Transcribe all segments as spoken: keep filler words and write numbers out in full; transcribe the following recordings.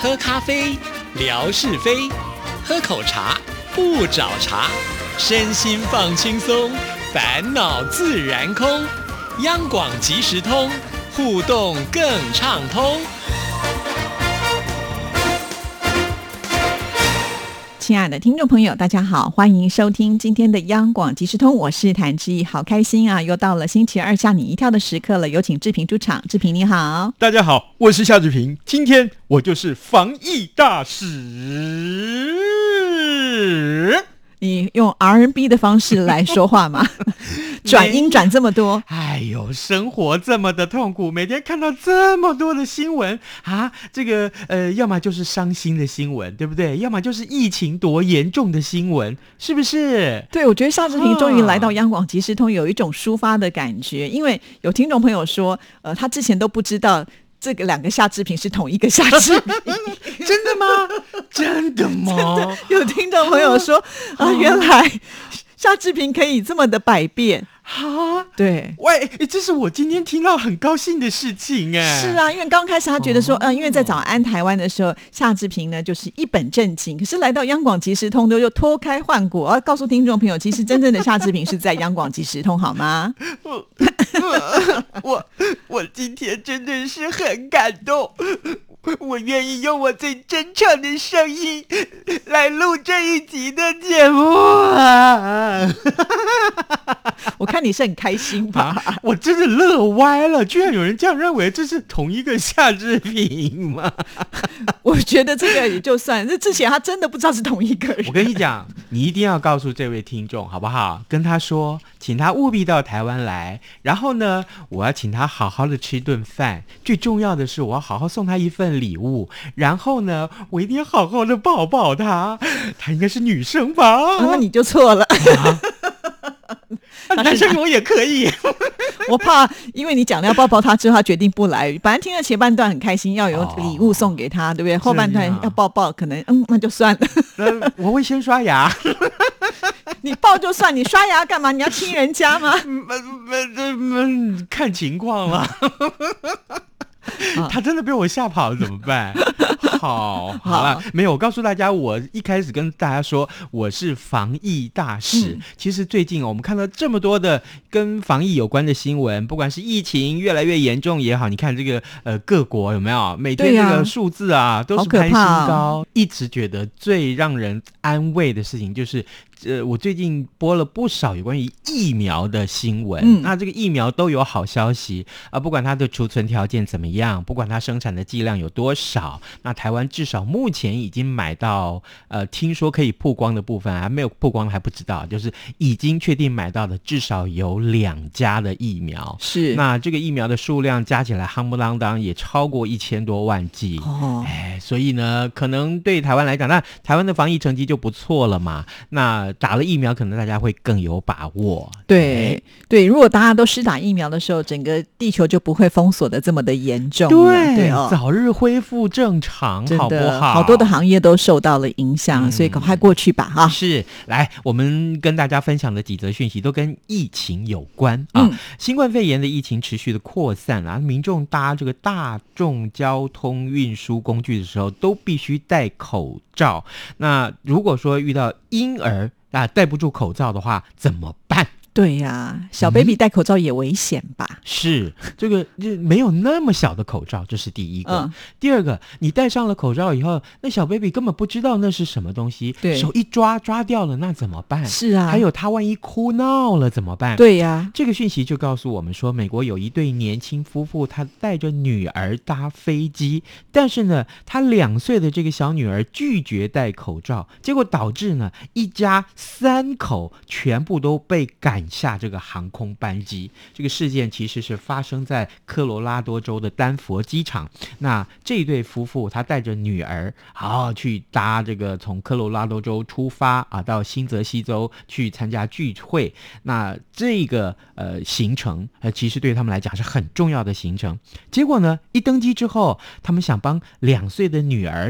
喝咖啡，聊是非；喝口茶，不找茬。身心放轻松，烦恼自然空。央广即时通，互动更畅通。 亲爱的听众朋友，大家好，欢迎收听今天的央广即时通，我是谭志毅，好开心啊，又到了星期二吓你一跳的时刻了，有请志平出场。志平你好。 大家好，我是夏志平，今天我就是防疫大使。 你用 R and B 的方式来说话吗？转音转这么多， 哎呦，生活这么的痛苦，每天看到这么多的新闻啊，这个呃，要么就是伤心的新闻，对不对？要么就是疫情多严重的新闻，是不是？ 对，我觉得夏志平终于来到央广即时通，有一种抒发的感觉，因为有听众朋友说，呃，他之前都不知道这个两个夏志平是同一个夏志平。 真的吗？真的吗？ 真的有听众朋友说啊，原来夏志平可以这么的百变啊！ 对， 喂，这是我今天听到很高兴的事情哎。 是啊，因为刚开始他觉得说，嗯、哦呃，因为在早安台湾的时候，夏志平呢就是一本正经，可是来到央广即时通就脱开换骨，要告诉听众朋友，其实真正的夏志平是在央广即时通，好吗？ 我我今天真的是很感动。我愿意用我最真诚的声音来录这一集的节目啊！ 我看你是很开心吧？ 啊、我真的乐歪了，居然有人这样认为这是同一个夏志平吗？ 我觉得这个也就算，这之前他真的不知道是同一个人。 我跟你讲，你一定要告诉这位听众好不好？跟他说，请他务必到台湾来，然后呢，我要请他好好的吃一顿饭，最重要的是我要好好送他一份礼物，然后呢，我一定要好好的抱抱她。她应该是女生吧？ 啊、那你就错了。啊男生我也可以。 我怕因为你讲了要抱抱他之后他决定不来，本来听了前半段很开心要有礼物送给他、哦、对不对？后半段要抱抱可能嗯那就算了。 呃、我会先刷牙。 你抱就算，你刷牙干嘛？你要亲人家吗？ 嗯嗯嗯、看情况了。他真的被我吓跑了怎么办？好好了，没有，我告诉大家，我一开始跟大家说我是防疫大使、嗯、其实最近我们看到这么多的跟防疫有关的新闻，不管是疫情越来越严重也好，你看这个呃各国有没有每天这个数字啊, 啊都是攀新高、啊、一直觉得最让人安慰的事情就是呃，我最近播了不少有关于疫苗的新闻、嗯、那这个疫苗都有好消息啊，不管它的储存条件怎么样，不管它生产的剂量有多少，那台湾至少目前已经买到呃，听说可以曝光的部分还没有曝光还不知道，就是已经确定买到的至少有两家的疫苗， 是那这个疫苗的数量加起来夯不啷当也超过一千多万剂哦，哎，所以呢可能对台湾来讲，那台湾的防疫成绩就不错了嘛，那打了疫苗可能大家会更有把握。 对对，如果大家都施打疫苗的时候，整个地球就不会封锁的这么的严重了。 对对、哦、 早日恢复正常，好不好？ 好多的行业都受到了影响、嗯、所以赶快过去吧哈。 是，来我们跟大家分享的几则讯息都跟疫情有关啊、嗯。新冠肺炎的疫情持续的扩散啊，民众搭这个大众交通运输工具的时候都必须戴口罩。那如果说遇到婴儿啊戴不住口罩的话怎么办？ 对呀、啊，小 baby 戴口罩也危险吧、嗯、 是，这个没有那么小的口罩，这是第一个、嗯、第二个，你戴上了口罩以后，那小 baby 根本不知道那是什么东西，对，手一抓抓掉了那怎么办？ 是啊， 还有他万一哭闹了怎么办？ 对呀、啊， 这个讯息就告诉我们说，美国有一对年轻夫妇，他带着女儿搭飞机，但是呢他两岁的这个小女儿拒绝戴口罩，结果导致呢一家三口全部都被赶下这个航空班机。这个事件其实是发生在科罗拉多州的丹佛机场，那这对夫妇他带着女儿好好去搭这个从科罗拉多州出发啊，到新泽西州去参加聚会。那这个呃行程呃其实对他们来讲是很重要的行程，结果呢一登机之后，他们想帮两岁的女儿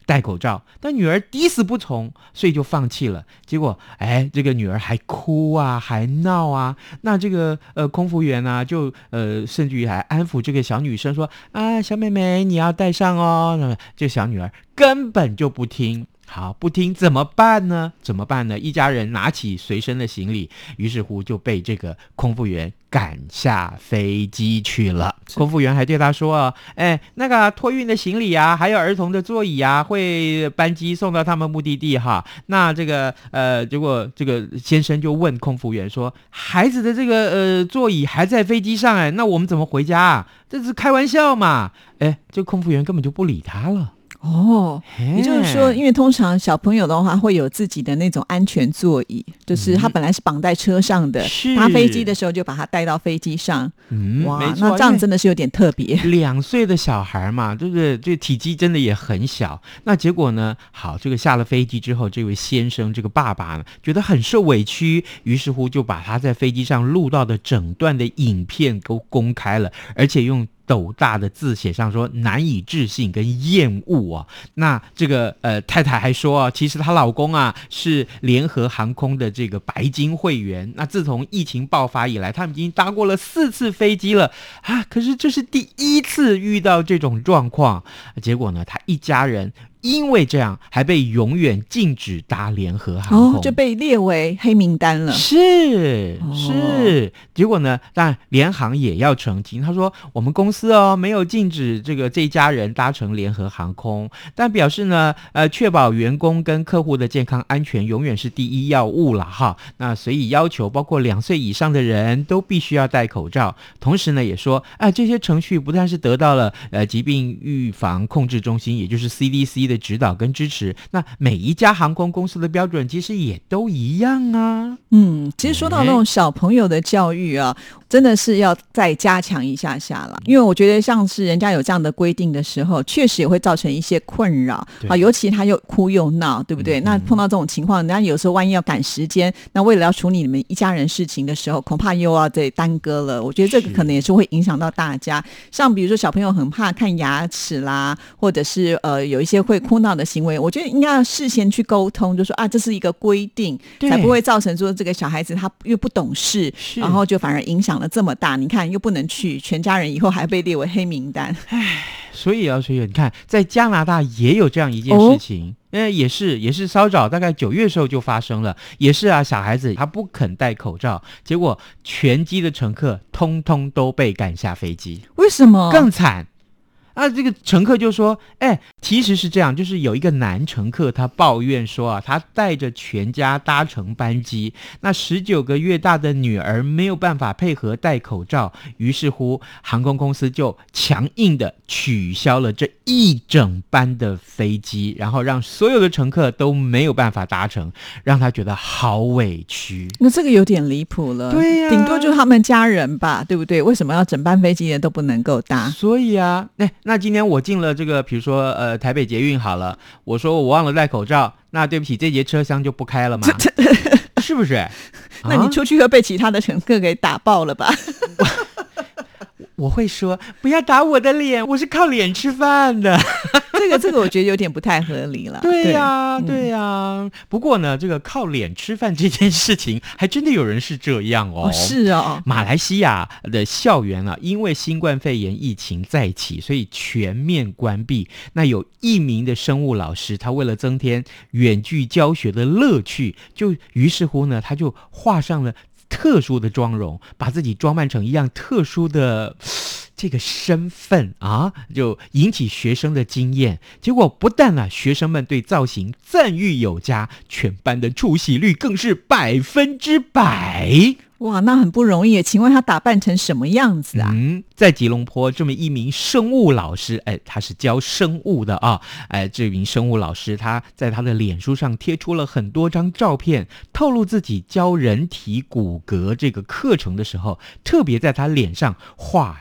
戴口罩，但女儿抵死不从，所以就放弃了。结果哎，这个女儿还哭啊，还闹啊，那这个呃空服员啊，就呃甚至于还安抚这个小女生说啊，小妹妹你要戴上哦。那么这小女儿根本就不听。好，不听怎么办呢？怎么办呢？一家人拿起随身的行李，于是乎就被这个空服员赶下飞机去了。空服员还对他说：“哎，那个托运的行李啊，还有儿童的座椅啊，会班机送到他们目的地哈。那这个呃，结果这个先生就问空服员说：孩子的这个呃座椅还在飞机上哎，那我们怎么回家啊？这是开玩笑嘛？哎，这个空服员根本就不理他了。” 哦，也就是说，因为通常小朋友的话会有自己的那种安全座椅，就是他本来是绑在车上的，搭飞机的时候就把他带到飞机上。嗯，哇，那这样真的是有点特别。 两岁的小孩嘛，对不对？这体积真的也很小。那结果呢？好，这个下了飞机之后，这位先生这个爸爸呢，觉得很受委屈，于是乎就把他在飞机上录到的整段的影片都公开了，而且用斗大的字写上说难以置信跟厌恶啊。那这个呃太太还说啊，其实她老公啊是联合航空的这个白金会员。那自从疫情爆发以来，他们已经搭过了四次飞机了啊，可是这是第一次遇到这种状况。结果呢，他一家人因为这样还被永远禁止搭联合航空， 哦，就被列为黑名单了。 是是，结果呢，当然联航也要澄清，他说我们公司哦没有禁止这个这一家人搭乘联合航空，但表示呢，呃，确保员工跟客户的健康安全永远是第一要务了哈。那所以要求包括两岁以上的人都必须要戴口罩，同时呢也说，啊、呃，这些程序不但是得到了呃疾病预防控制中心，也就是 C D C 的指导跟支持，那每一家航空公司的标准其实也都一样啊。 嗯，其实说到那种小朋友的教育啊，真的是要再加强一下下了。因为我觉得像是人家有这样的规定的时候，确实也会造成一些困扰啊，尤其他又哭又闹，对不对？嗯、那碰到这种情况，人家有时候万一要赶时间，那为了要处理你们一家人事情的时候，恐怕又要再耽搁了。我觉得这个可能也是会影响到大家。像比如说小朋友很怕看牙齿啦，或者是呃有一些会哭闹的行为，我觉得应该要事先去沟通，就说啊，这是一个规定，才不会造成说这个小孩子他又不懂事，然后就反而影响了这么大。你看又不能去，全家人以后还被列为黑名单。 唉，所以啊，所以你看，在加拿大也有这样一件事情。哦，因为也是也是稍早大概九月的时候就发生了，也是啊，小孩子他不肯戴口罩，结果全机的乘客通通都被赶下飞机。 为什么？ 更惨啊！这个乘客就说：“哎，其实是这样，就是有一个男乘客他抱怨说啊，他带着全家搭乘班机，那十九个月大的女儿没有办法配合戴口罩，于是乎航空公司就强硬的取消了这一整班的飞机，然后让所有的乘客都没有办法搭乘，让他觉得好委屈。 那这个有点离谱了， 对呀、啊， 顶多就是他们家人吧，对不对？为什么要整班飞机的都不能够搭？ 所以啊，哎。”那今天我进了这个，比如说呃台北捷运好了，我说我忘了戴口罩，那对不起，这节车厢就不开了吗？是不是？ 那你出去会被其他的乘客给打爆了吧？ 我会说不要打我的脸，我是靠脸吃饭的。 这个这个我觉得有点不太合理了。 对呀、啊、对呀、啊嗯。不过呢，这个靠脸吃饭这件事情还真的有人是这样哦。 哦是哦。 马来西亚的校园啊，因为新冠肺炎疫情再起，所以全面关闭。那有一名的生物老师，他为了增添远距教学的乐趣，就于是乎呢，他就画上了特殊的妆容，把自己装扮成一样特殊的这个身份啊，就引起学生的惊艳。结果不但啊，学生们对造型赞誉有加，全班的出席率更是百分之百。 哇，那很不容易。请问他打扮成什么样子啊？ 嗯，在吉隆坡这么一名生物老师，哎，他是教生物的啊，哎，这名生物老师他在他的脸书上贴出了很多张照片，透露自己教人体骨骼这个课程的时候，特别在他脸上画上了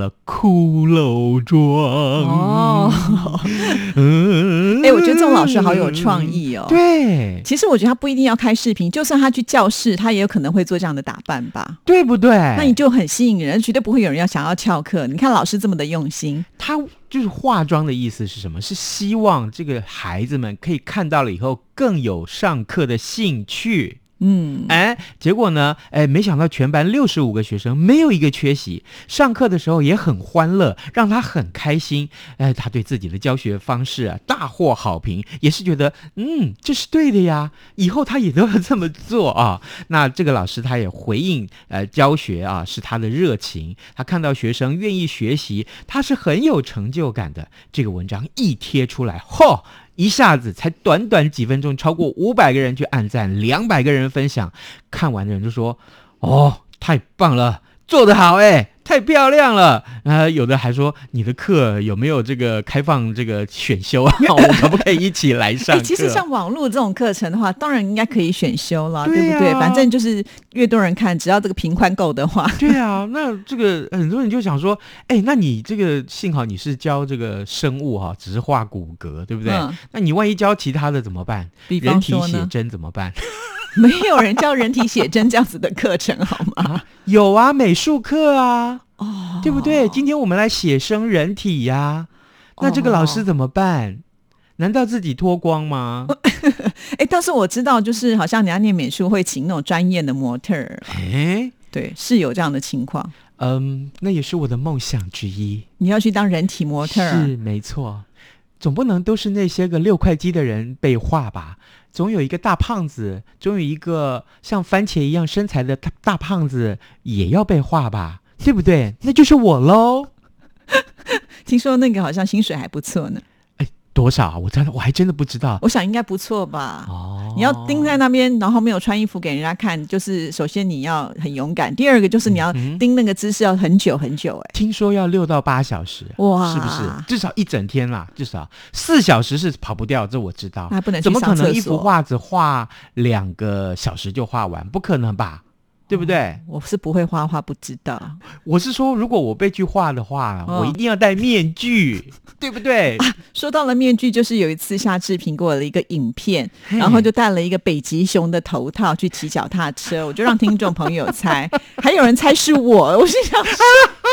了骷髅装。 哦，哎、欸，我觉得这种老师好有创意哦。 对， 其实我觉得他不一定要开视频，就算他去教室，他也有可能会做这样的打扮吧， 对不对？ 那你就很吸引人，绝对不会有人要想要翘课。你看老师这么的用心， 他就是化妆的意思是什么？是希望这个孩子们可以看到了以后更有上课的兴趣。嗯，哎，结果呢？哎，没想到全班六十五个学生没有一个缺席，上课的时候也很欢乐，让他很开心。哎，他对自己的教学方式啊大获好评，也是觉得嗯这是对的呀，以后他也都要这么做啊。那这个老师他也回应，呃，教学啊是他的热情，他看到学生愿意学习，他是很有成就感的。这个文章一贴出来，嚯！一下子才短短几分钟，超过五百个人去按赞，两百个人分享。看完的人就说：“哦，太棒了，做得好哎，太漂亮了。”呃，有的还说：“你的课有没有这个开放这个选修啊？我可不可以一起来上课？”欸、 其实像网络这种课程的话，当然应该可以选修了，对, 对不对？反正就是越多人看，只要这个频宽够的话。 对啊，那这个很多人就想说，哎、欸，那你这个幸好你是教这个生物哈，只是画骨骼，对不对？嗯、那你万一教其他的怎么办？ 比方说呢？ 人体写真怎么办？ 没有人教人体写真这样子的课程好吗？ 啊有啊，美术课啊，哦，对不对？今天我们来写生人体呀、啊，那这个老师怎么办？哦、难道自己脱光吗？ 哎，但是我知道，就是好像你要念美术会请那种专业的模特儿，哎，对，是有这样的情况。 嗯，那也是我的梦想之一。 你要去当人体模特儿？ 是没错，总不能都是那些个六块肌的人被画吧？总有一个大胖子，总有一个像番茄一样身材的 大, 大胖子也要被画吧，对不对？那就是我喽。 听说那个好像薪水还不错呢。 哎，多少啊？我真的我还真的不知道。 我想应该不错吧。哦，你要盯在那边，然后没有穿衣服给人家看，就是首先你要很勇敢，第二个就是你要盯那个姿势要很久很久、欸。哎、嗯， 听说要六到八小时，哇，是不是？至少一整天啦，至少四小时是跑不掉，这我知道。 那不能去怎么可能上厕所一幅画子画两个小时就画完？不可能吧？对不对、 哦？我是不会画画，不知道。 我是说，如果我被去画的话、哦，我一定要戴面具，对不对、 啊？说到了面具，就是有一次夏志平给我了一个影片，然后就戴了一个北极熊的头套去骑脚踏车，我就让听众朋友猜，还有人猜是我，我心想说。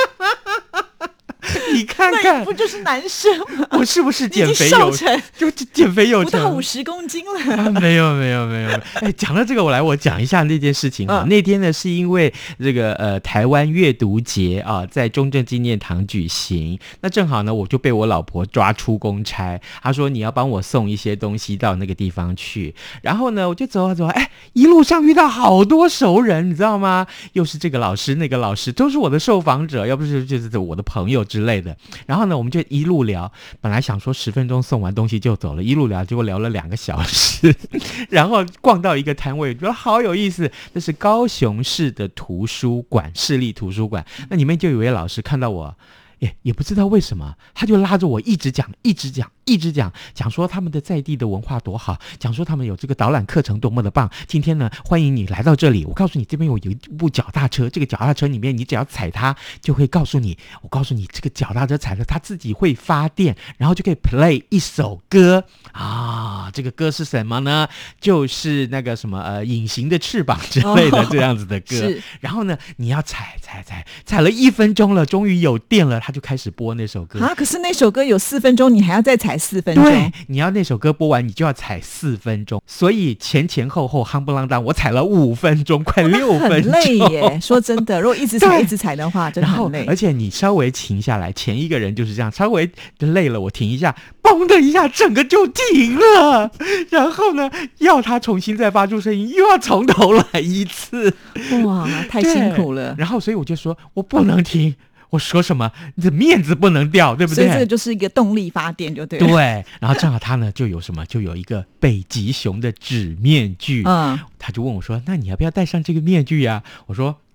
你看看， 那不就是男生吗？ 我是不是减肥有成？就减肥有成， 不到五十公斤了、 啊。没有没有没有。哎，讲到这个，我来我讲一下那件事情啊。嗯、那天呢，是因为这个呃台湾阅读节啊，在中正纪念堂举行。那正好呢，我就被我老婆抓出公差，她说你要帮我送一些东西到那个地方去。然后呢，我就走啊走啊，哎，一路上遇到好多熟人，你知道吗？又是这个老师那个老师，都是我的受访者，要不是就是我的朋友之类的。然后呢，我们就一路聊，本来想说十分钟送完东西就走了，一路聊，结果聊了两个小时，然后逛到一个摊位，觉得好有意思，这是高雄市的图书馆，市立图书馆，那里面就有一位老师看到我。也也不知道为什么，他就拉着我一直讲，一直讲，一直讲，讲说他们的在地的文化多好，讲说他们有这个导览课程多么的棒。今天呢，欢迎你来到这里。我告诉你，这边有有一部脚踏车，这个脚踏车里面，你只要踩它，就会告诉你，我告诉你，这个脚踏车踩了，它自己会发电，然后就可以 play 一首歌啊。这个歌是什么呢？就是那个什么呃，隐形的翅膀之类的这样子的歌。哦、然后呢，你要踩踩踩，踩了一分钟了，终于有电了。他就开始播那首歌啊！可是那首歌有四分钟，你还要再踩四分钟。 对，你要那首歌播完，你就要踩四分钟。所以前前后后夯不啷当，我踩了五分钟，快六分钟， 很累耶！说真的，如果一直踩一直踩的话，真的很累。 而且你稍微停下来，前一个人就是这样，稍微累了，我停一下，嘣的一下，整个就停了。然后呢，要他重新再发出声音，又要从头来一次。 哇，太辛苦了。 然后所以我就说，我不能停。我说什么？你的面子不能掉，对不对？ 所以这个就是一个动力发电，就对了。 对，然后正好他呢就有什么，就有一个北极熊的纸面具。嗯，他就问我说：“那你要不要戴上这个面具呀？”我说：“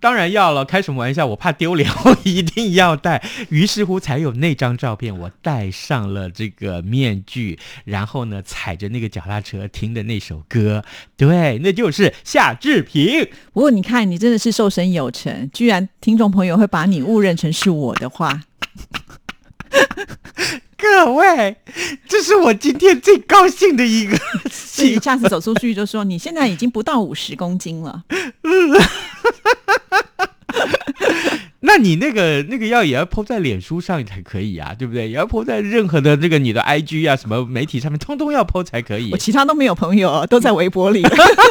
当然要了，开什么玩笑，我怕丢脸，我一定要戴。于是乎才有那张照片，我戴上了这个面具，然后呢踩着那个脚踏车听的那首歌，对，那就是夏志平。 不过你看你真的是瘦身有成，居然听众朋友会把你误认成是我的话。 各位，这是我今天最高兴的一个所以下次走出去就说你现在已经不到五十公斤了。 那你那个那个要也要 po 在脸书上才可以啊，对不对？也要 po 在任何的这个你的 I G 啊什么媒体上面，通通要 po 才可以。 我其他都没有朋友，都在微博里。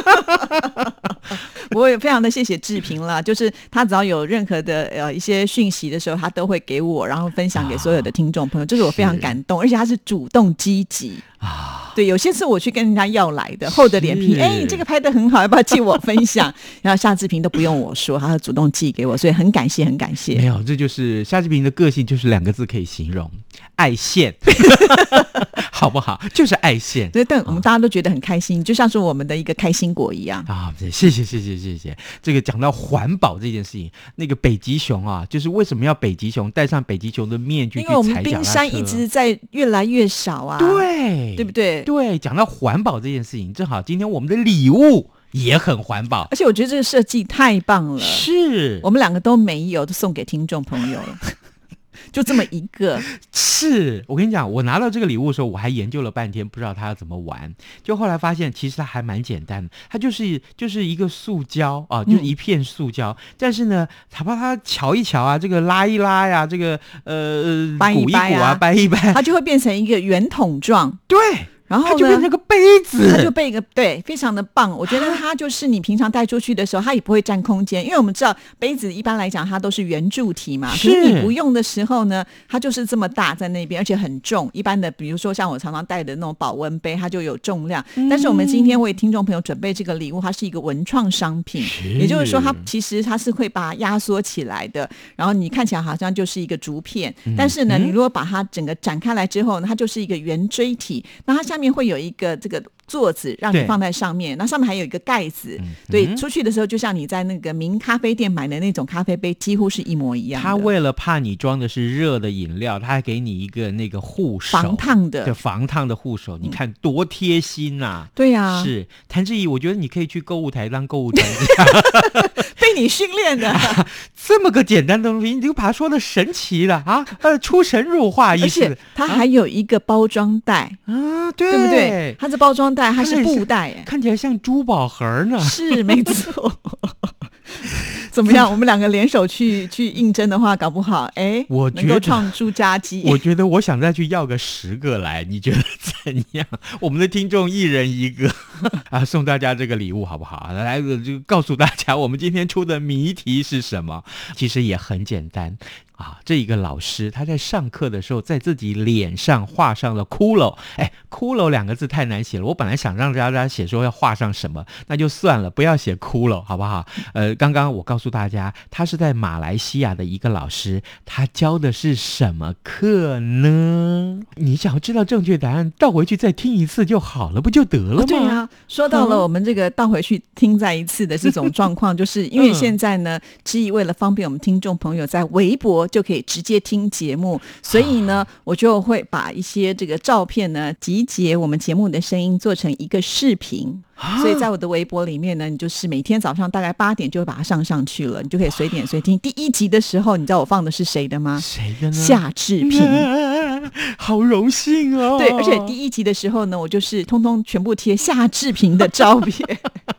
我也非常的谢谢志平啦，就是他只要有任何的呃一些讯息的时候，他都会给我，然后分享给所有的听众朋友，这是我非常感动，而且他是主动积极啊。对，有些次我去跟人家要来的，厚着脸皮，哎，你这个拍得很好，要不要借我分享？然后夏志平都不用我说，他会主动寄给我，所以很感谢，很感谢。 没有，这就是夏志平的个性，就是两个字可以形容：爱现。好不好？就是爱现。 对，但我们大家都觉得很开心，就像是我们的一个开心果一样啊！谢谢谢谢谢谢。这个讲到环保这件事情，那个北极熊啊，就是为什么要北极熊戴上北极熊的面具去踩脚踏车？ 因为我们冰山一直在越来越少啊， 对， 对不对？ 对，讲到环保这件事情，正好今天我们的礼物也很环保， 而且我觉得这个设计太棒了， 是我们两个都没有，都送给听众朋友了。就这么一个， 是我跟你讲，我拿到这个礼物的时候，我还研究了半天，不知道它要怎么玩。就后来发现，其实它还蛮简单的，它就是就是一个塑胶啊，就是一片塑胶。嗯、但是呢，它把它瞧一瞧啊，这个拉一拉呀、啊，这个呃掰一掰鼓一鼓啊，掰一掰， 它就会变成一个圆筒状。 对。 然后呢， 它就变成个杯子， 它就被一个对，非常的棒。我觉得它就是你平常带出去的时候，它也不会占空间，因为我们知道杯子一般来讲它都是圆柱体嘛，可是你不用的时候呢，它就是这么大在那边，而且很重。一般的，比如说像我常常带的那种保温杯，它就有重量。嗯、但是我们今天为听众朋友准备这个礼物，它是一个文创商品，也就是说它其实它是会把它压缩起来的，然后你看起来好像就是一个竹片，嗯、但是呢，你如果把它整个展开来之后呢，它就是一个圆锥体，那它下面会有一个这个座子让你放在上面，那上面还有一个盖子，对，嗯、出去的时候就像你在那个名咖啡店买的那种咖啡杯几乎是一模一样的。 他为了怕你装的是热的饮料，他还给你一个那个护手， 防烫的， 对，防烫的护手，你看多贴心啊！ 对呀、啊， 是谭志怡，我觉得你可以去购物台当购物专家， 被你训练的、啊， 这么个简单的东西，你就把它说的神奇了啊！呃，出神入化意思。 而且它还有一个包装袋啊，对， 对不对？它是包装袋，它是布袋，哎， 看起来像珠宝盒呢。 是没错。怎么样？我们两个联手去去应征的话，搞不好哎， 我觉得能够创出佳绩。 我觉得我想再去要个十个来，你觉得怎样？我们的听众一人一个啊，送大家这个礼物好不好？来，就告诉大家，我们今天出的谜题是什么？其实也很简单。啊，这一个老师他在上课的时候在自己脸上画上了骷髅。哎，骷髅两个字太难写了，我本来想让大家写说要画上什么，那就算了，不要写骷髅好不好？呃，刚刚我告诉大家，他是在马来西亚的一个老师，他教的是什么课呢？你想要知道正确答案，倒回去再听一次就好了，不就得了吗？ 哦、对啊，说到了我们这个倒回去听再一次的这种状况，就是因为现在呢，志毅为了方便我们听众朋友在微博就可以直接听节目，所以呢我就会把一些这个照片呢集结我们节目的声音做成一个视频，所以在我的微博里面呢，你就是每天早上大概八点就会把它上上去了，你就可以随点随听。第一集的时候你知道我放的是谁的吗？ 谁的呢？ 夏志平、 啊、好荣幸哦。 对，而且第一集的时候呢，我就是通通全部贴夏志平的照片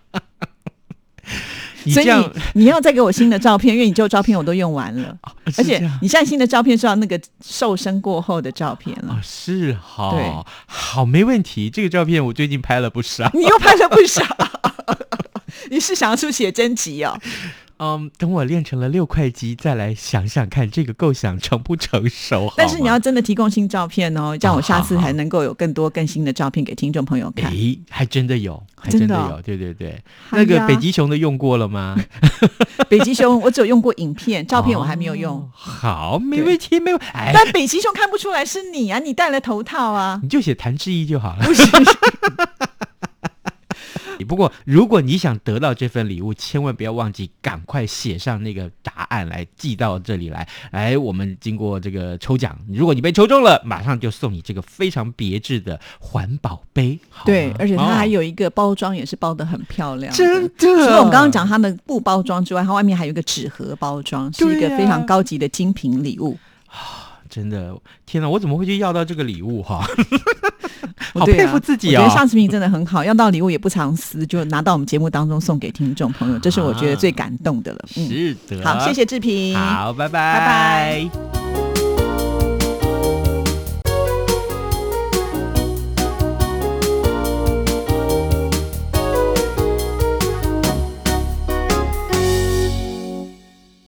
所以 你, 你要再给我新的照片，因为你旧照片我都用完了、哦、而且你现在新的照片是要那个瘦身过后的照片了、 哦、是好好没问题，这个照片我最近拍了不少。 你又拍了不少你是想要出写真集哦？ 嗯，等我练成了六块肌再来想想看这个构想成不成熟。 但是你要真的提供新照片哦，这样我下次还能够有更多更新的照片给听众朋友看。 诶，还真的有，还真的有，的哦、对对对。那个北极熊的用过了吗？ 北极熊我只有用过影片，照片我还没有用。哦、 好，没问题，没问题。 但北极熊看不出来是你啊，你戴了头套啊， 你就写谭志毅就好了。 不是题。不过如果你想得到这份礼物，千万不要忘记赶快写上那个答案来寄到这里来。来，我们经过这个抽奖，如果你被抽中了，马上就送你这个非常别致的环保杯。 对，而且它还有一个包装也是包得很漂亮的， 真的。 除了我们刚刚讲它的布包装之外，它外面还有一个纸盒包装，是一个非常高级的精品礼物。 真的，天哪，我怎么会去要到这个礼物哈？好对啊， 佩服自己哦！ 我觉得夏志平真的很好，要到礼物也不藏私，就拿到我们节目当中送给听众朋友，这是我觉得最感动的了。 是的， 嗯、好，谢谢志平， 好，拜拜， 拜拜。